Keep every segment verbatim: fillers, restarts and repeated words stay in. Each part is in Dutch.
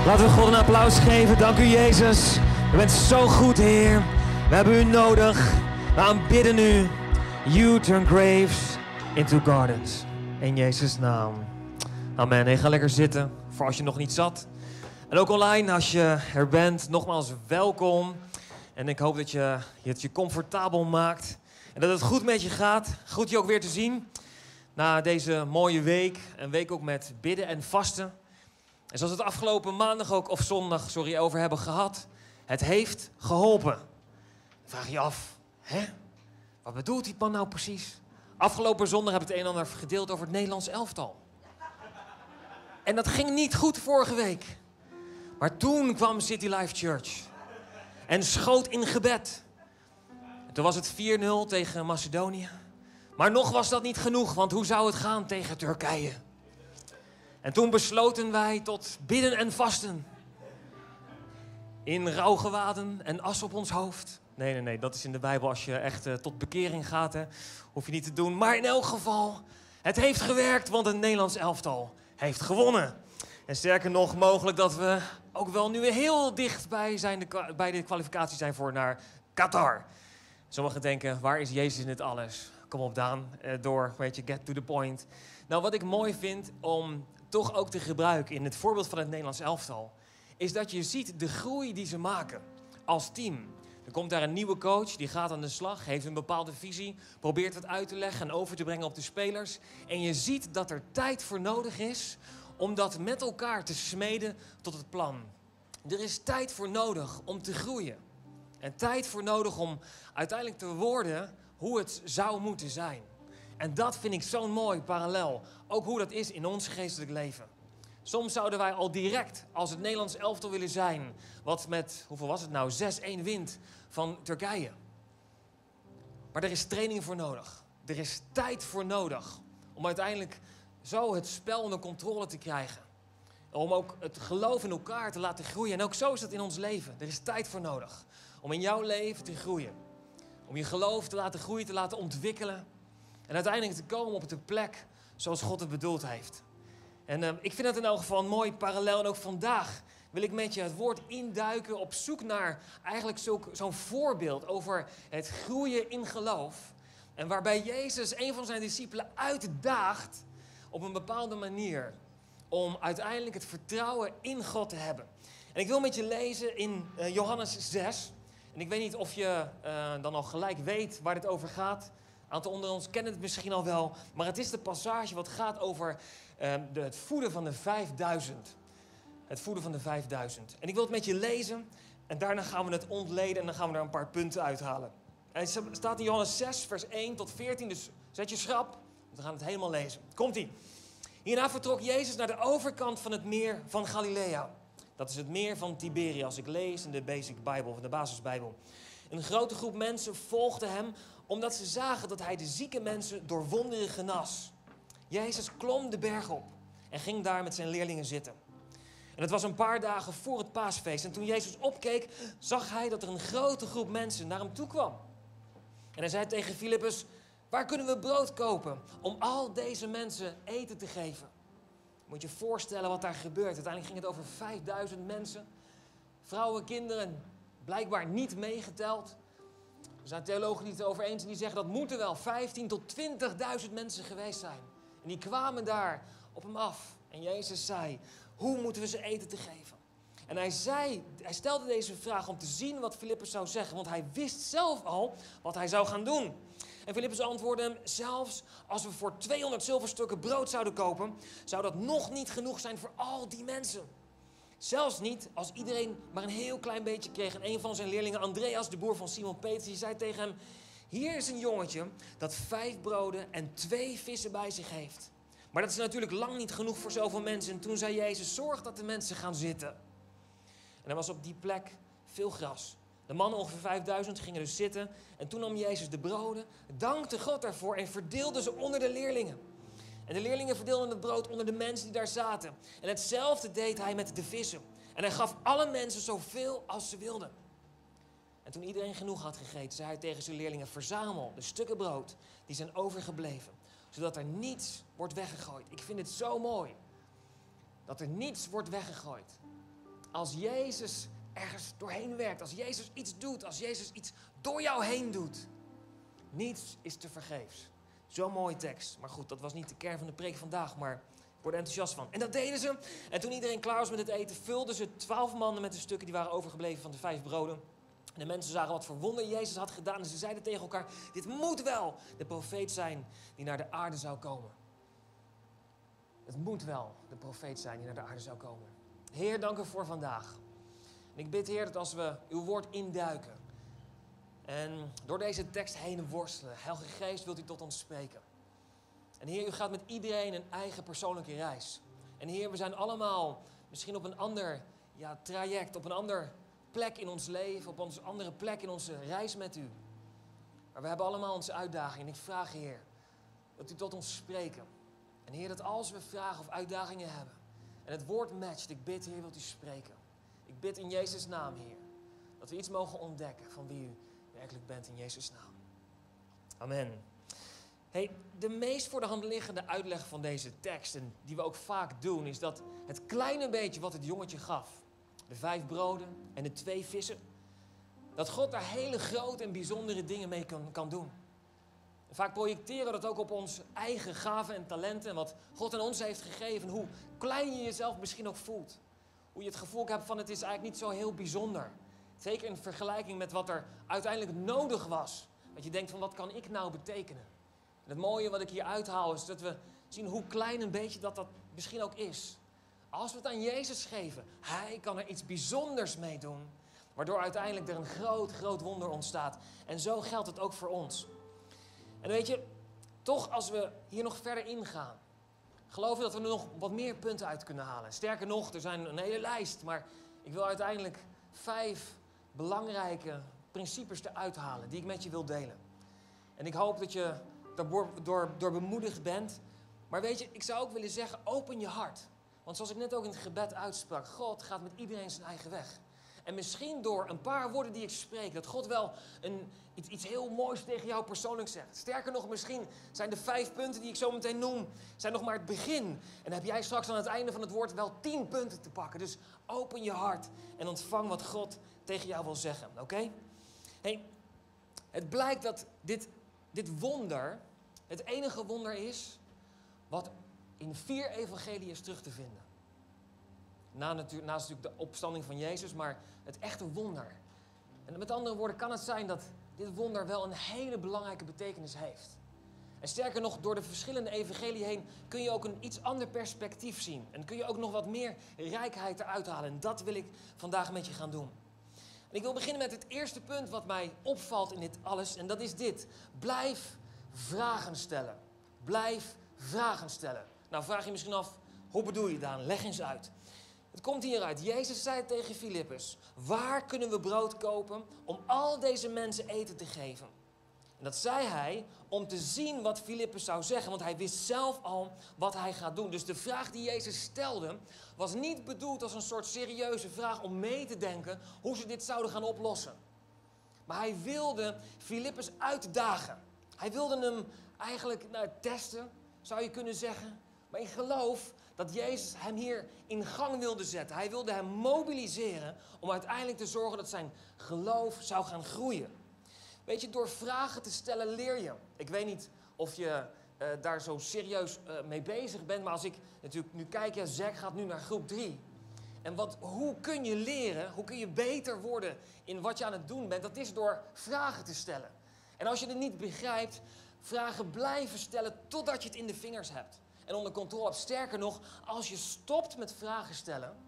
Laten we God een applaus geven. Dank u, Jezus. U bent zo goed, Heer. We hebben u nodig. We aanbidden u. You turn graves into gardens. In Jezus' naam. Amen. Hey, ga lekker zitten, voor als je nog niet zat. En ook online, als je er bent, nogmaals welkom. En ik hoop dat je het je comfortabel maakt. En dat het goed met je gaat. Goed je ook weer te zien. Na deze mooie week. Een week ook met bidden en vasten. En zoals we het afgelopen maandag ook, of zondag, sorry, over hebben gehad. Het heeft geholpen. Dan vraag je je af, hè? Wat bedoelt die man nou precies? Afgelopen zondag heb ik het een en ander gedeeld over het Nederlands elftal. En dat ging niet goed vorige week. Maar toen kwam City Life Church. En schoot in gebed. En toen was het vier nul tegen Macedonië. Maar nog was dat niet genoeg, want hoe zou het gaan tegen Turkije? En toen besloten wij tot bidden en vasten. In rouwgewaden en as op ons hoofd. Nee, nee, nee, dat is in de Bijbel als je echt uh, tot bekering gaat. Hè. Hoef je niet te doen. Maar in elk geval, het heeft gewerkt, want het Nederlands elftal heeft gewonnen. En sterker nog, mogelijk dat we ook wel nu weer heel dicht bij, zijn de, bij de kwalificatie zijn voor naar Qatar. Sommigen denken, waar is Jezus in dit alles? Kom op, Daan, uh, door, weet je, get to the point. Nou, wat ik mooi vind om toch ook te gebruiken in het voorbeeld van het Nederlands elftal, is dat je ziet de groei die ze maken als team. Er komt daar een nieuwe coach, die gaat aan de slag, heeft een bepaalde visie, probeert het uit te leggen en over te brengen op de spelers. En je ziet dat er tijd voor nodig is om dat met elkaar te smeden tot het plan. Er is tijd voor nodig om te groeien. En tijd voor nodig om uiteindelijk te worden hoe het zou moeten zijn. En dat vind ik zo'n mooi parallel. Ook hoe dat is in ons geestelijk leven. Soms zouden wij al direct als het Nederlands elftal willen zijn, wat met, hoeveel was het nou, zes een wint van Turkije. Maar er is training voor nodig. Er is tijd voor nodig om uiteindelijk zo het spel onder controle te krijgen. Om ook het geloof in elkaar te laten groeien. En ook zo is dat in ons leven. Er is tijd voor nodig om in jouw leven te groeien. Om je geloof te laten groeien, te laten ontwikkelen. En uiteindelijk te komen op de plek zoals God het bedoeld heeft. En uh, ik vind het in elk geval een mooi parallel. En ook vandaag wil ik met je het woord induiken op zoek naar eigenlijk zulk, zo'n voorbeeld over het groeien in geloof. En waarbij Jezus een van zijn discipelen uitdaagt op een bepaalde manier om uiteindelijk het vertrouwen in God te hebben. En ik wil met je lezen in uh, Johannes zes. En ik weet niet of je uh, dan al gelijk weet waar dit over gaat. Een aantal onder ons kennen het misschien al wel. Maar het is de passage wat gaat over uh, de, het voeden van de vijfduizend. Het voeden van de vijfduizend. En ik wil het met je lezen. En daarna gaan we het ontleden. En dan gaan we er een paar punten uithalen. En het staat in Johannes zes, vers één tot veertien. Dus zet je schrap. We gaan het helemaal lezen. Komt-ie. Hierna vertrok Jezus naar de overkant van het meer van Galilea. Dat is het meer van Tiberias. Ik lees in de Basic Bible, of de basisbijbel. Een grote groep mensen volgde hem omdat ze zagen dat hij de zieke mensen door wonderen genas. Jezus klom de berg op en ging daar met zijn leerlingen zitten. En het was een paar dagen voor het paasfeest. En toen Jezus opkeek, zag hij dat er een grote groep mensen naar hem toe kwam. En hij zei tegen Filippus, waar kunnen we brood kopen om al deze mensen eten te geven? Moet je je voorstellen wat daar gebeurt. Uiteindelijk ging het over vijfduizend mensen. Vrouwen, kinderen, blijkbaar niet meegeteld. Er zijn theologen die het over eens en die zeggen dat moeten wel vijftien tot twintigduizend mensen geweest zijn. En die kwamen daar op hem af. En Jezus zei, hoe moeten we ze eten te geven? En hij zei, hij stelde deze vraag om te zien wat Filippus zou zeggen. Want hij wist zelf al wat hij zou gaan doen. En Filippus antwoordde hem, zelfs als we voor tweehonderd zilverstukken brood zouden kopen, zou dat nog niet genoeg zijn voor al die mensen. Zelfs niet als iedereen maar een heel klein beetje kreeg. En een van zijn leerlingen, Andreas, de broer van Simon Petrus, die zei tegen hem, hier is een jongetje dat vijf broden en twee vissen bij zich heeft. Maar dat is natuurlijk lang niet genoeg voor zoveel mensen. En toen zei Jezus, zorg dat de mensen gaan zitten. En er was op die plek veel gras. De mannen, ongeveer vijfduizend, gingen dus zitten. En toen nam Jezus de broden, dankte God daarvoor en verdeelde ze onder de leerlingen. En de leerlingen verdeelden het brood onder de mensen die daar zaten. En hetzelfde deed hij met de vissen. En hij gaf alle mensen zoveel als ze wilden. En toen iedereen genoeg had gegeten, zei hij tegen zijn leerlingen, verzamel de stukken brood die zijn overgebleven. Zodat er niets wordt weggegooid. Ik vind het zo mooi. Dat er niets wordt weggegooid. als Jezus ergens doorheen werkt, als Jezus iets doet, als Jezus iets door jou heen doet, niets is te vergeefs. Zo'n mooie tekst. Maar goed, dat was niet de kern van de preek vandaag, maar ik word er enthousiast van. En dat deden ze. En toen iedereen klaar was met het eten, vulden ze twaalf mannen met de stukken die waren overgebleven van de vijf broden. En de mensen zagen wat voor wonder Jezus had gedaan. En ze zeiden tegen elkaar, dit moet wel de profeet zijn die naar de aarde zou komen. Het moet wel de profeet zijn die naar de aarde zou komen. Heer, dank u voor vandaag. En ik bid, Heer, dat als we uw woord induiken en door deze tekst heen worstelen, Heilige Geest, wilt u tot ons spreken. En Heer, u gaat met iedereen een eigen persoonlijke reis. En Heer, we zijn allemaal misschien op een ander ja, traject, op een ander plek in ons leven, op een andere plek in onze reis met u. Maar we hebben allemaal onze uitdagingen. En ik vraag, Heer, dat u tot ons spreken. En Heer, dat als we vragen of uitdagingen hebben en het woord matcht, ik bid, Heer, wilt u spreken. Ik bid in Jezus' naam, Heer, dat we iets mogen ontdekken van wie u werkelijk bent in Jezus' naam. Amen. Hey, de meest voor de hand liggende uitleg van deze tekst, en die we ook vaak doen, is dat het kleine beetje wat het jongetje gaf, de vijf broden en de twee vissen, dat God daar hele grote en bijzondere dingen mee kan, kan doen. En vaak projecteren we dat ook op onze eigen gaven en talenten en wat God aan ons heeft gegeven, hoe klein je jezelf misschien ook voelt. Hoe je het gevoel hebt van het is eigenlijk niet zo heel bijzonder. Zeker in vergelijking met wat er uiteindelijk nodig was. Dat je denkt van wat kan ik nou betekenen? En het mooie wat ik hier uithaal is dat we zien hoe klein een beetje dat dat misschien ook is. Als we het aan Jezus geven, Hij kan er iets bijzonders mee doen. Waardoor uiteindelijk er een groot, groot wonder ontstaat. En zo geldt het ook voor ons. En weet je, toch als we hier nog verder ingaan, geloven dat we er nog wat meer punten uit kunnen halen. Sterker nog, er zijn een hele lijst, maar ik wil uiteindelijk vijf belangrijke principes eruit halen die ik met je wil delen. En ik hoop dat je door, door, door bemoedigd bent. Maar weet je, ik zou ook willen zeggen, open je hart. Want zoals ik net ook in het gebed uitsprak, God gaat met iedereen zijn eigen weg. En misschien door een paar woorden die ik spreek, dat God wel een, iets, iets heel moois tegen jou persoonlijk zegt. Sterker nog, misschien zijn de vijf punten die ik zo meteen noem, zijn nog maar het begin. En heb jij straks aan het einde van het woord wel tien punten te pakken. Dus open je hart en ontvang wat God tegen jou wil zeggen. Oké? Okay? Hey, het blijkt dat dit, dit wonder het enige wonder is wat in vier evangeliën is terug te vinden. Na natuur, naast natuurlijk de opstanding van Jezus, maar het echte wonder. En met andere woorden kan het zijn dat dit wonder wel een hele belangrijke betekenis heeft. En sterker nog, door de verschillende evangelieën heen kun je ook een iets ander perspectief zien. En kun je ook nog wat meer rijkheid eruit halen. En dat wil ik vandaag met je gaan doen. En ik wil beginnen met het eerste punt wat mij opvalt in dit alles. En dat is dit. Blijf vragen stellen. Blijf vragen stellen. Nou, vraag je misschien af, hoe bedoel je Daan? Leg eens uit. Het komt hieruit. Jezus zei tegen Filippus, waar kunnen we brood kopen om al deze mensen eten te geven? En dat zei hij om te zien wat Filippus zou zeggen, want hij wist zelf al wat hij gaat doen. Dus de vraag die Jezus stelde was niet bedoeld als een soort serieuze vraag om mee te denken hoe ze dit zouden gaan oplossen. Maar hij wilde Filippus uitdagen. Hij wilde hem eigenlijk nou, testen, zou je kunnen zeggen. Maar ik geloof dat Jezus hem hier in gang wilde zetten. Hij wilde hem mobiliseren om uiteindelijk te zorgen dat zijn geloof zou gaan groeien. Weet je, door vragen te stellen leer je. Ik weet niet of je uh, daar zo serieus uh, mee bezig bent. Maar als ik natuurlijk nu kijk, ja, Zack gaat nu naar groep drie. En wat, hoe kun je leren, hoe kun je beter worden in wat je aan het doen bent? Dat is door vragen te stellen. En als je het niet begrijpt, vragen blijven stellen totdat je het in de vingers hebt. En onder controle hebt. Sterker nog, als je stopt met vragen stellen,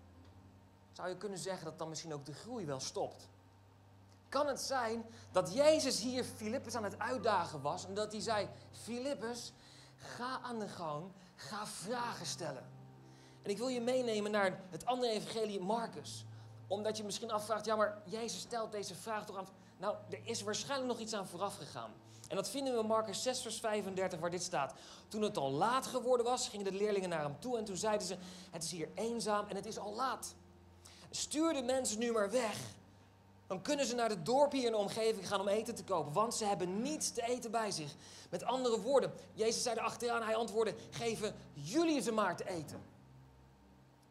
zou je kunnen zeggen dat dan misschien ook de groei wel stopt. Kan het zijn dat Jezus hier Filippus aan het uitdagen was en dat hij zei, Filippus, ga aan de gang, ga vragen stellen. En ik wil je meenemen naar het andere evangelie, Marcus. Omdat je misschien afvraagt, ja maar Jezus stelt deze vraag toch aan. Nou, er is waarschijnlijk nog iets aan vooraf gegaan. En dat vinden we in Marcus zes vers vijfendertig waar dit staat. Toen het al laat geworden was, gingen de leerlingen naar hem toe en toen zeiden ze, het is hier eenzaam en het is al laat. Stuur de mensen nu maar weg. Dan kunnen ze naar de dorpen hier in de omgeving gaan om eten te kopen, want ze hebben niets te eten bij zich. Met andere woorden, Jezus zei er achteraan, hij antwoordde, geven jullie ze maar te eten.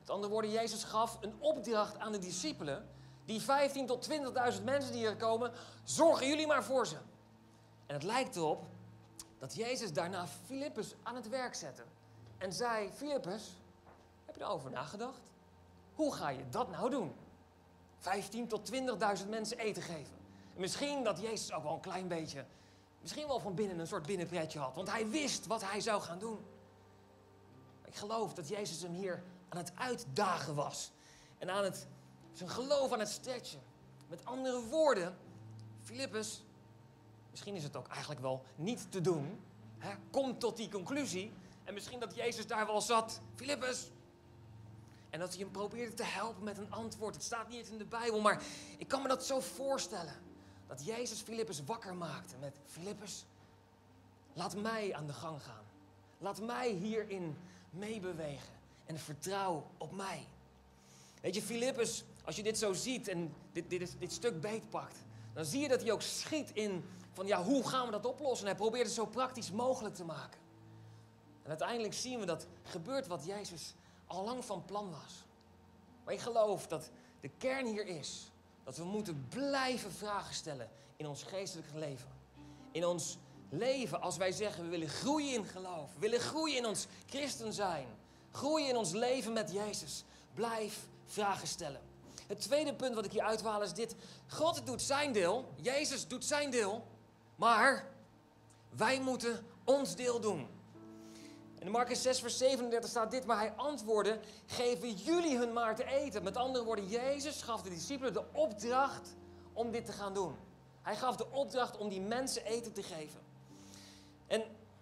Met andere woorden, Jezus gaf een opdracht aan de discipelen. Die vijftien tot twintigduizend mensen die hier komen, zorgen jullie maar voor ze. En het lijkt erop dat Jezus daarna Filippus aan het werk zette. En zei, Filippus, heb je erover nagedacht? Hoe ga je dat nou doen? vijftien tot twintigduizend mensen eten geven. En misschien dat Jezus ook wel een klein beetje, misschien wel van binnen een soort binnenpretje had. Want hij wist wat hij zou gaan doen. Maar ik geloof dat Jezus hem hier aan het uitdagen was. En aan het, zijn geloof aan het stretchen. Met andere woorden, Filippus, misschien is het ook eigenlijk wel niet te doen. Hè? Kom tot die conclusie. En misschien dat Jezus daar wel zat. Filippus. En dat hij hem probeerde te helpen met een antwoord. Het staat niet in de Bijbel, maar ik kan me dat zo voorstellen. Dat Jezus Filippus wakker maakte met... Filippus, laat mij aan de gang gaan. Laat mij hierin meebewegen. En vertrouw op mij. Weet je, Filippus, als je dit zo ziet en dit, dit, dit, dit stuk beetpakt... dan zie je dat hij ook schiet in van, ja, hoe gaan we dat oplossen? En hij probeert het zo praktisch mogelijk te maken. En uiteindelijk zien we dat gebeurt wat Jezus al lang van plan was. Maar ik geloof dat de kern hier is dat we moeten blijven vragen stellen in ons geestelijk leven. In ons leven, als wij zeggen we willen groeien in geloof, we willen groeien in ons christen zijn, groeien in ons leven met Jezus. Blijf vragen stellen. Het tweede punt wat ik hier uithaal is dit. God doet zijn deel, Jezus doet zijn deel, maar wij moeten ons deel doen. In Markus zes vers zevenendertig staat dit, maar hij antwoordde, geven jullie hun maar te eten. Met andere woorden, Jezus gaf de discipelen de opdracht om dit te gaan doen. Hij gaf de opdracht om die mensen eten te geven. En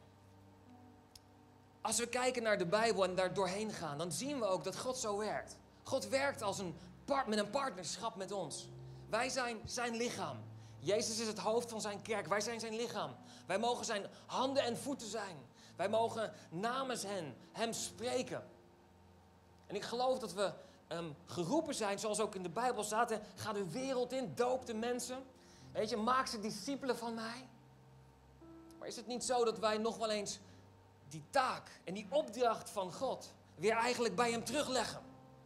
als we kijken naar de Bijbel en daar doorheen gaan, dan zien we ook dat God zo werkt. God werkt als een part, met een partnerschap met ons. Wij zijn zijn lichaam. Jezus is het hoofd van zijn kerk. Wij zijn zijn lichaam. Wij mogen zijn handen en voeten zijn. Wij mogen namens hen, hem spreken. En ik geloof dat we um, geroepen zijn, zoals ook in de Bijbel staat. Hè, ga de wereld in, doop de mensen. Weet je, maak ze discipelen van mij. Maar is het niet zo dat wij nog wel eens die taak en die opdracht van God weer eigenlijk bij hem terugleggen?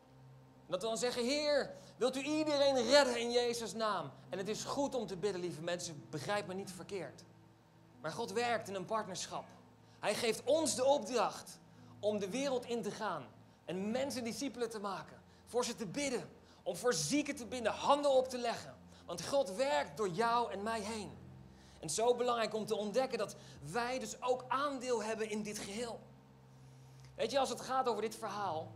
Dat we dan zeggen, Heer, wilt u iedereen redden in Jezus' naam? En het is goed om te bidden, lieve mensen, begrijp me niet verkeerd. Maar God werkt in een partnerschap. Hij geeft ons de opdracht om de wereld in te gaan en mensen discipelen te maken. Voor ze te bidden, om voor zieken te binden, handen op te leggen. Want God werkt door jou en mij heen. En zo belangrijk om te ontdekken dat wij dus ook aandeel hebben in dit geheel. Weet je, als het gaat over dit verhaal,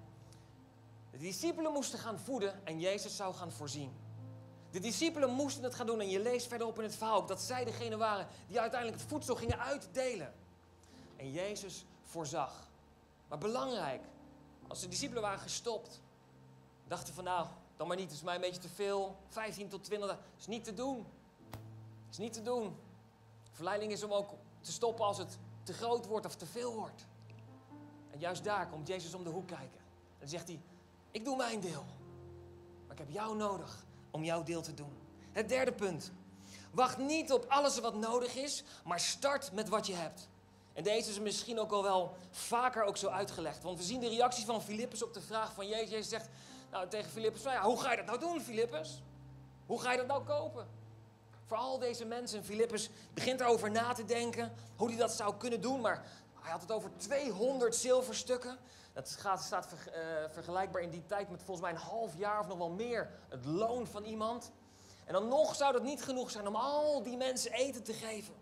de discipelen moesten gaan voeden en Jezus zou gaan voorzien. De discipelen moesten het gaan doen en je leest verderop in het verhaal ook dat zij degene waren die uiteindelijk het voedsel gingen uitdelen. En Jezus voorzag. Maar belangrijk, als de discipelen waren gestopt, dachten van nou, dan maar niet, het is mij een beetje te veel. vijftien tot twintig, is niet te doen. Is niet te doen. De verleiding is om ook te stoppen als het te groot wordt of te veel wordt. En juist daar komt Jezus om de hoek kijken. En dan zegt hij, ik doe mijn deel. Maar ik heb jou nodig om jouw deel te doen. Het derde punt. Wacht niet op alles wat nodig is, maar start met wat je hebt. En deze is misschien ook al wel vaker ook zo uitgelegd. Want we zien de reactie van Filippus op de vraag van Jezus. Jezus zegt nou, tegen Filippus, nou ja, hoe ga je dat nou doen, Filippus? Hoe ga je dat nou kopen? Voor al deze mensen. Filippus begint erover na te denken hoe hij dat zou kunnen doen. Maar hij had het over tweehonderd zilverstukken. Dat gaat, staat ver, uh, vergelijkbaar in die tijd met volgens mij een half jaar of nog wel meer het loon van iemand. En dan nog zou dat niet genoeg zijn om al die mensen eten te geven.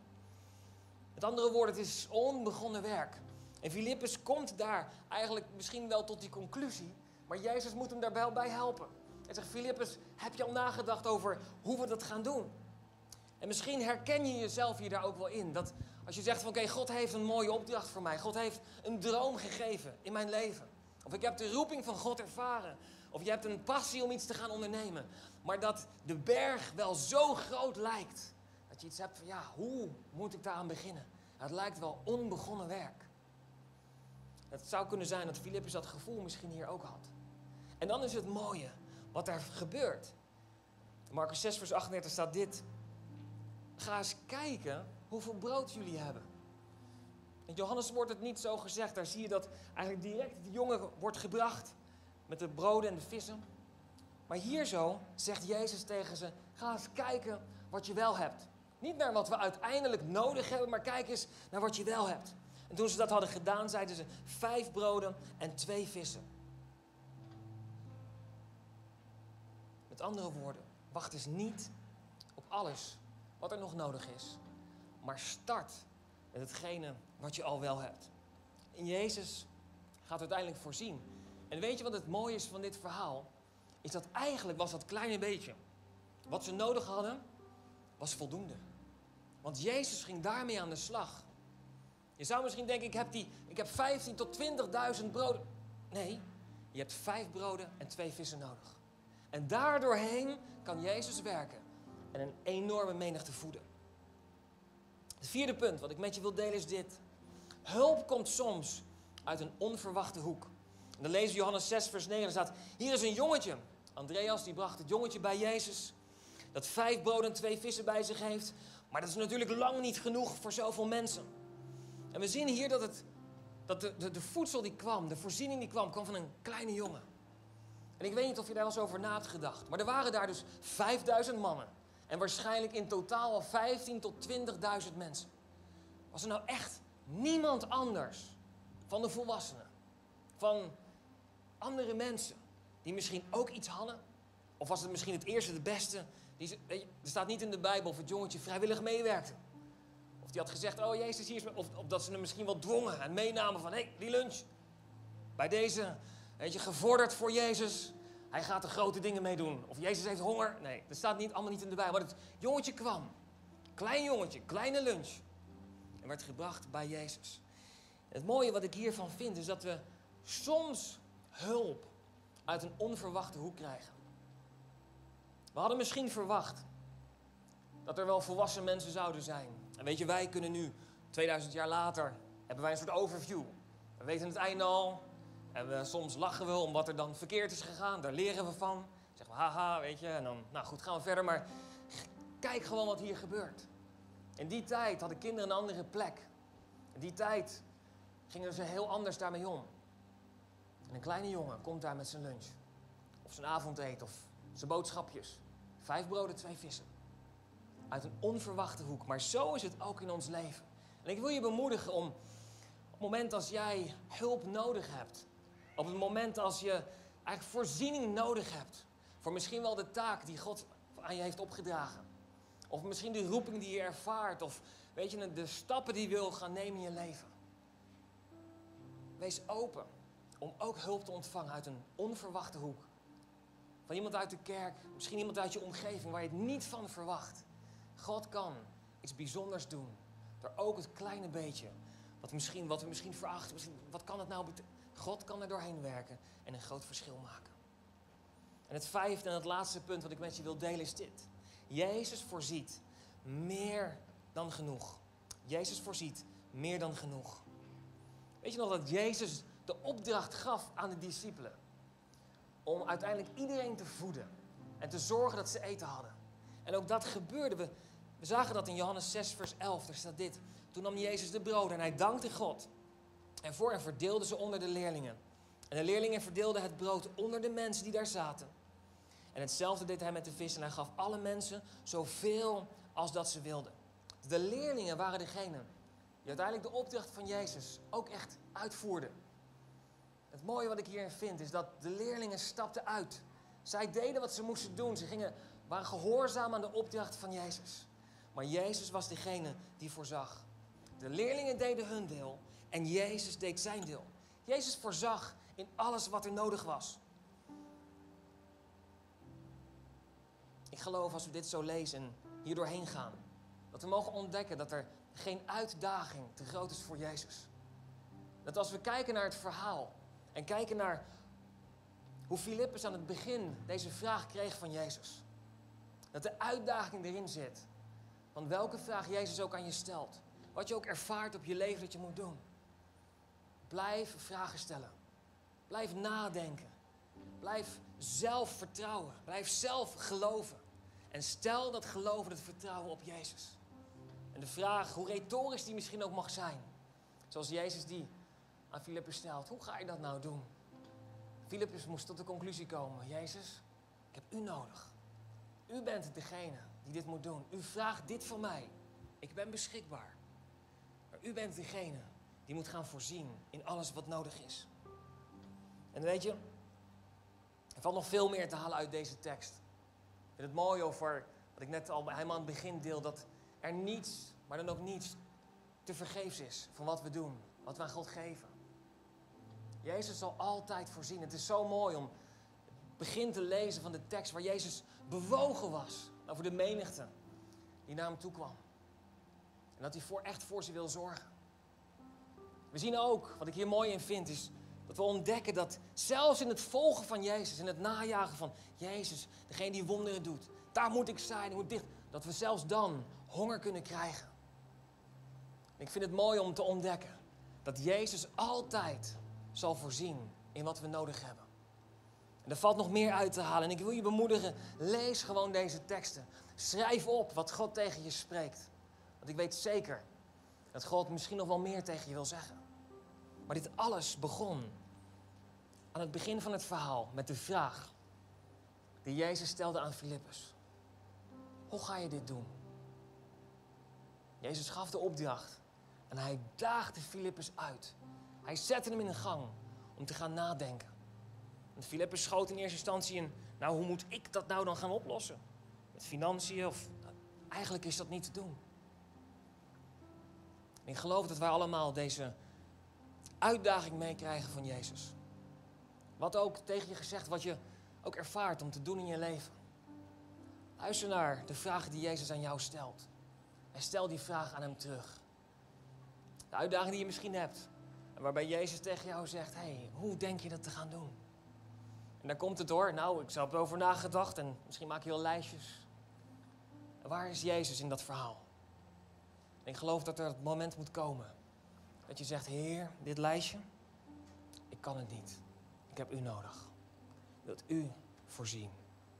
Met andere woorden, het is onbegonnen werk. En Filippus komt daar eigenlijk misschien wel tot die conclusie. Maar Jezus moet hem daarbij bij helpen. Hij zegt, Filippus, heb je al nagedacht over hoe we dat gaan doen? En misschien herken je jezelf hier daar ook wel in. Dat als je zegt van oké, okay, God heeft een mooie opdracht voor mij. God heeft een droom gegeven in mijn leven. Of ik heb de roeping van God ervaren. Of je hebt een passie om iets te gaan ondernemen. Maar dat de berg wel zo groot lijkt. Dat je iets hebt van ja, hoe moet ik daaraan beginnen? Het lijkt wel onbegonnen werk. Het zou kunnen zijn dat Filippus dat gevoel misschien hier ook had. En dan is het mooie wat er gebeurt. In Markus zes vers achtendertig staat dit. Ga eens kijken hoeveel brood jullie hebben. In Johannes wordt het niet zo gezegd. Daar zie je dat eigenlijk direct de jongen wordt gebracht. met de broden en de vissen. Maar hier zo zegt Jezus tegen ze, ga eens kijken wat je wel hebt. Niet naar wat we uiteindelijk nodig hebben, maar kijk eens naar wat je wel hebt. En toen ze dat hadden gedaan, zeiden ze, vijf broden en twee vissen. Met andere woorden, wacht eens niet op alles wat er nog nodig is. Maar start met hetgene wat je al wel hebt. En Jezus gaat uiteindelijk voorzien. En weet je wat het mooie is van dit verhaal? Is dat eigenlijk was dat kleine beetje wat ze nodig hadden, was voldoende. Want Jezus ging daarmee aan de slag. Je zou misschien denken, ik heb, die, ik heb vijftien tot twintigduizend broden. Nee, je hebt vijf broden en twee vissen nodig. En daardoorheen kan Jezus werken en een enorme menigte voeden. Het vierde punt wat ik met je wil delen is dit. Hulp komt soms uit een onverwachte hoek. En dan lezen we Johannes zes vers negen. Er staat, hier is een jongetje. Andreas die bracht het jongetje bij Jezus. Dat vijf broden en twee vissen bij zich heeft. Maar dat is natuurlijk lang niet genoeg voor zoveel mensen. En we zien hier dat, het, dat de, de, de voedsel die kwam, de voorziening die kwam, kwam van een kleine jongen. En ik weet niet of je daar wel eens over na hebt gedacht. Maar er waren daar dus vijfduizend mannen. En waarschijnlijk in totaal al vijftien tot twintigduizend mensen. Was er nou echt niemand anders van de volwassenen? Van andere mensen die misschien ook iets hadden? Of was het misschien het eerste, de beste? Die, weet je, er staat niet in de Bijbel of het jongetje vrijwillig meewerkte. Of die had gezegd, oh Jezus, hier is me. Of, of dat ze hem misschien wel dwongen en meenamen van, hé, hey, die lunch. Bij deze, weet je, gevorderd voor Jezus. Hij gaat er grote dingen mee doen. Of Jezus heeft honger. Nee, dat staat niet, allemaal niet in de Bijbel. Maar het jongetje kwam. Klein jongetje, kleine lunch. En werd gebracht bij Jezus. En het mooie wat ik hiervan vind is dat we soms hulp uit een onverwachte hoek krijgen. We hadden misschien verwacht dat er wel volwassen mensen zouden zijn. En weet je, wij kunnen nu, tweeduizend jaar later, hebben wij een soort overview. We weten het einde al. En we, soms lachen we om wat er dan verkeerd is gegaan. Daar leren we van. Zeggen we, haha, weet je. En dan, nou goed, gaan we verder. Maar kijk gewoon wat hier gebeurt. In die tijd hadden kinderen een andere plek. In die tijd gingen ze heel anders daarmee om. En een kleine jongen komt daar met zijn lunch. Of zijn avondeten, of zijn boodschapjes. Vijf broden, twee vissen. Uit een onverwachte hoek. Maar zo is het ook in ons leven. En ik wil je bemoedigen om, op het moment als jij hulp nodig hebt. Op het moment als je eigenlijk voorziening nodig hebt. Voor misschien wel de taak die God aan je heeft opgedragen. Of misschien de roeping die je ervaart. Of weet je, de stappen die je wil gaan nemen in je leven. Wees open om ook hulp te ontvangen uit een onverwachte hoek. Van iemand uit de kerk, misschien iemand uit je omgeving waar je het niet van verwacht. God kan iets bijzonders doen. Door ook het kleine beetje, wat, misschien, wat we misschien verachten. Misschien, wat kan het nou betekenen? God kan er doorheen werken en een groot verschil maken. En het vijfde en het laatste punt wat ik met je wil delen is dit. Jezus voorziet meer dan genoeg. Jezus voorziet meer dan genoeg. Weet je nog dat Jezus de opdracht gaf aan de discipelen? Om uiteindelijk iedereen te voeden. En te zorgen dat ze eten hadden. En ook dat gebeurde. We, we zagen dat in Johannes zes vers elf. Daar staat dit. Toen nam Jezus de broden en hij dankte God. En voor en verdeelde ze onder de leerlingen. En de leerlingen verdeelden het brood onder de mensen die daar zaten. En hetzelfde deed hij met de vis. En hij gaf alle mensen zoveel als dat ze wilden. De leerlingen waren degenen die uiteindelijk de opdracht van Jezus ook echt uitvoerden. Het mooie wat ik hierin vind is dat de leerlingen stapten uit. Zij deden wat ze moesten doen. Ze gingen, waren gehoorzaam aan de opdracht van Jezus. Maar Jezus was degene die voorzag. De leerlingen deden hun deel en Jezus deed zijn deel. Jezus voorzag in alles wat er nodig was. Ik geloof als we dit zo lezen en hier doorheen gaan, dat we mogen ontdekken dat er geen uitdaging te groot is voor Jezus. Dat als we kijken naar het verhaal en kijken naar hoe Filippus aan het begin deze vraag kreeg van Jezus. Dat de uitdaging erin zit van welke vraag Jezus ook aan je stelt. Wat je ook ervaart op je leven dat je moet doen. Blijf vragen stellen. Blijf nadenken. Blijf zelf vertrouwen. Blijf zelf geloven. En stel dat geloven, dat vertrouwen op Jezus. En de vraag, hoe retorisch die misschien ook mag zijn. Zoals Jezus die aan Filippus stelt. Hoe ga je dat nou doen? Filippus moest tot de conclusie komen. Jezus, ik heb u nodig. U bent degene die dit moet doen. U vraagt dit van mij. Ik ben beschikbaar. Maar u bent degene die moet gaan voorzien in alles wat nodig is. En weet je, er valt nog veel meer te halen uit deze tekst. Ik vind het mooi over wat ik net al helemaal aan het begin deel, dat er niets, maar dan ook niets, te vergeefs is van wat we doen, wat we aan God geven. Jezus zal altijd voorzien. Het is zo mooi om het begin te lezen van de tekst waar Jezus bewogen was over de menigte die naar hem toe kwam. En dat hij voor, echt voor ze wil zorgen. We zien ook, wat ik hier mooi in vind, is dat we ontdekken dat zelfs in het volgen van Jezus, in het najagen van Jezus, degene die wonderen doet, daar moet ik zijn, ik moet dicht, dat we zelfs dan honger kunnen krijgen. En ik vind het mooi om te ontdekken dat Jezus altijd zal voorzien in wat we nodig hebben. En er valt nog meer uit te halen. En ik wil je bemoedigen, lees gewoon deze teksten. Schrijf op wat God tegen je spreekt. Want ik weet zeker dat God misschien nog wel meer tegen je wil zeggen. Maar dit alles begon aan het begin van het verhaal met de vraag die Jezus stelde aan Filippus. Hoe ga je dit doen? Jezus gaf de opdracht en hij daagde Filippus uit. Hij zette hem in een gang om te gaan nadenken. En Filippus schoot in eerste instantie in, nou hoe moet ik dat nou dan gaan oplossen? Met financiën of, nou, eigenlijk is dat niet te doen. En ik geloof dat wij allemaal deze uitdaging meekrijgen van Jezus. Wat ook tegen je gezegd, wat je ook ervaart om te doen in je leven. Luister naar de vragen die Jezus aan jou stelt. En stel die vraag aan hem terug. De uitdaging die je misschien hebt. En waarbij Jezus tegen jou zegt, hé, hey, hoe denk je dat te gaan doen? En daar komt het hoor. Nou, ik heb erover nagedacht en misschien maak je wel lijstjes. En waar is Jezus in dat verhaal? En ik geloof dat er het moment moet komen. Dat je zegt, Heer, dit lijstje, ik kan het niet. Ik heb u nodig. Wilt u voorzien?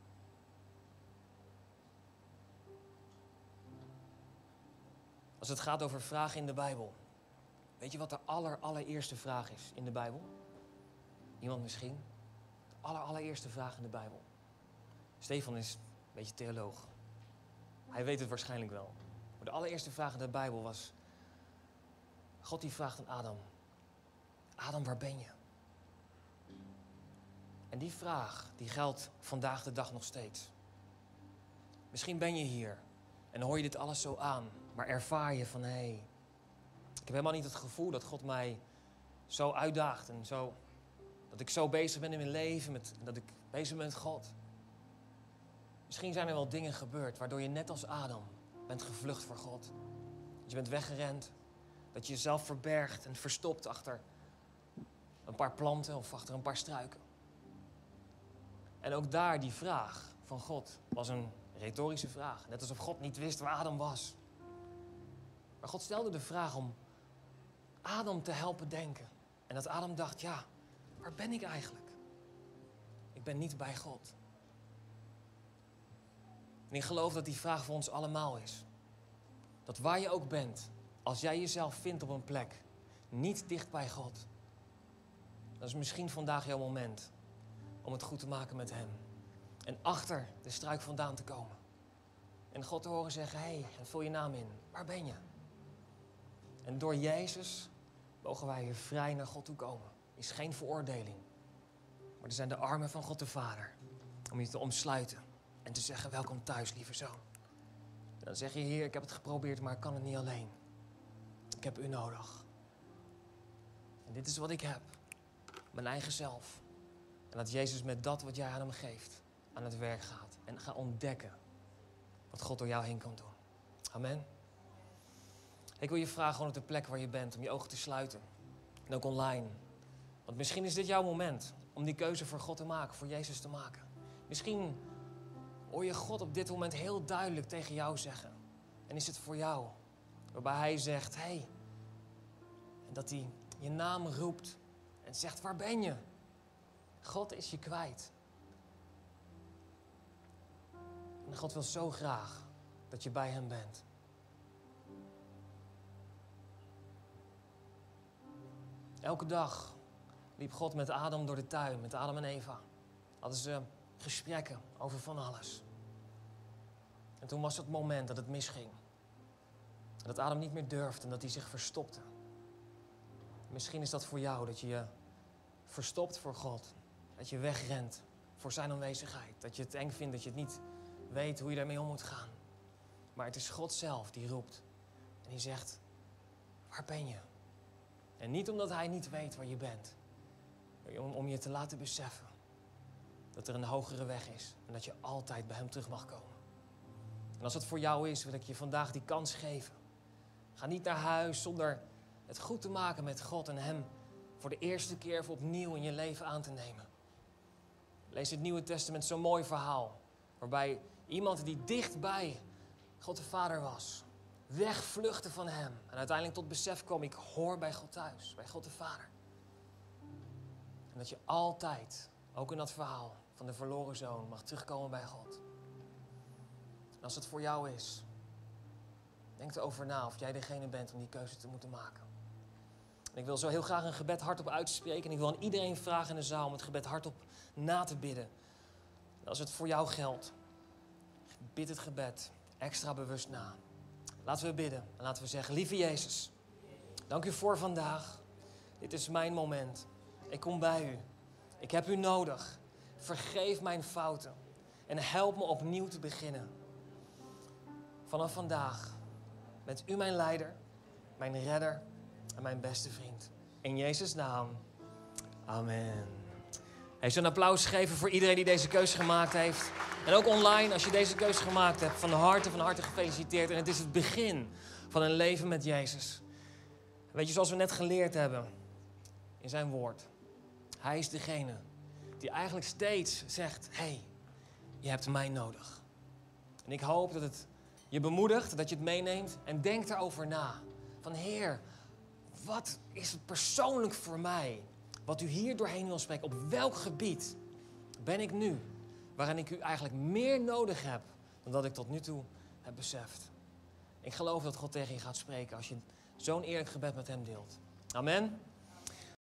Als het gaat over vragen in de Bijbel. Weet je wat de aller, allereerste vraag is in de Bijbel? Iemand misschien? De aller, allereerste vraag in de Bijbel. Stefan is een beetje theoloog. Hij weet het waarschijnlijk wel. Maar de allereerste vraag in de Bijbel was... God die vraagt aan Adam. Adam, waar ben je? En die vraag, die geldt vandaag de dag nog steeds. Misschien ben je hier en hoor je dit alles zo aan. Maar ervaar je van, hé, hey, ik heb helemaal niet het gevoel dat God mij zo uitdaagt. En zo, dat ik zo bezig ben in mijn leven, met, dat ik bezig ben met God. Misschien zijn er wel dingen gebeurd waardoor je net als Adam bent gevlucht voor God. Dat je bent weggerend. Dat je jezelf verbergt en verstopt achter een paar planten of achter een paar struiken. En ook daar die vraag van God was een retorische vraag. Net alsof God niet wist waar Adam was. Maar God stelde de vraag om Adam te helpen denken. En dat Adam dacht, ja, waar ben ik eigenlijk? Ik ben niet bij God. En ik geloof dat die vraag voor ons allemaal is. Dat waar je ook bent, als jij jezelf vindt op een plek, niet dicht bij God. Dan is misschien vandaag jouw moment om het goed te maken met hem. En achter de struik vandaan te komen. En God te horen zeggen, hé, hey, en vul je naam in. Waar ben je? En door Jezus mogen wij weer vrij naar God toe komen. Is geen veroordeling. Maar er zijn de armen van God de Vader. Om je te omsluiten. En te zeggen, welkom thuis, lieve zoon. En dan zeg je, Heer, ik heb het geprobeerd, maar ik kan het niet alleen. Ik heb u nodig. En dit is wat ik heb. Mijn eigen zelf. En dat Jezus met dat wat jij aan hem geeft, aan het werk gaat. En ga ontdekken wat God door jou heen kan doen. Amen. Ik wil je vragen gewoon op de plek waar je bent, om je ogen te sluiten. En ook online. Want misschien is dit jouw moment om die keuze voor God te maken, voor Jezus te maken. Misschien hoor je God op dit moment heel duidelijk tegen jou zeggen. En is het voor jou. Waarbij hij zegt, hé. Hey, en dat hij je naam roept. En zegt, waar ben je? God is je kwijt. En God wil zo graag dat je bij hem bent. Elke dag liep God met Adam door de tuin, met Adam en Eva. Hadden ze gesprekken over van alles. En toen was het moment dat het misging. Dat Adam niet meer durfde en dat hij zich verstopte. Misschien is dat voor jou, dat je je verstopt voor God. Dat je wegrent voor zijn aanwezigheid. Dat je het eng vindt, dat je het niet weet hoe je daarmee om moet gaan. Maar het is God zelf die roept. En die zegt, waar ben je? En niet omdat hij niet weet waar je bent. Maar om, om je te laten beseffen dat er een hogere weg is. En dat je altijd bij hem terug mag komen. En als het voor jou is, wil ik je vandaag die kans geven. Ga niet naar huis zonder het goed te maken met God en hem voor de eerste keer even opnieuw in je leven aan te nemen. Lees het Nieuwe Testament, zo'n mooi verhaal. Waarbij iemand die dichtbij God de Vader was, wegvluchtte van hem. En uiteindelijk tot besef kwam, ik hoor bij God thuis, bij God de Vader. En dat je altijd, ook in dat verhaal van de verloren zoon, mag terugkomen bij God. En als het voor jou is, denk erover na of jij degene bent om die keuze te moeten maken. En ik wil zo heel graag een gebed hardop uitspreken. En ik wil aan iedereen vragen in de zaal om het gebed hardop na te bidden. En als het voor jou geldt, bid het gebed extra bewust na. Laten we bidden en laten we zeggen, lieve Jezus, dank u voor vandaag. Dit is mijn moment. Ik kom bij u. Ik heb u nodig. Vergeef mijn fouten en help me opnieuw te beginnen. Vanaf vandaag bent u mijn leider, mijn redder en mijn beste vriend. In Jezus' naam. Amen. Hey, zo'n applaus geven voor iedereen die deze keuze gemaakt heeft. En ook online, als je deze keuze gemaakt hebt, van harte, van harte gefeliciteerd. En het is het begin van een leven met Jezus. Weet je, zoals we net geleerd hebben in zijn woord. Hij is degene die eigenlijk steeds zegt, hé, hey, je hebt mij nodig. En ik hoop dat het je bemoedigt, dat je het meeneemt en denk erover na. Van Heer, wat is het persoonlijk voor mij? Wat u hier doorheen wil spreken, op welk gebied ben ik nu? Waarin ik u eigenlijk meer nodig heb dan dat ik tot nu toe heb beseft. Ik geloof dat God tegen je gaat spreken als je zo'n eerlijk gebed met hem deelt. Amen.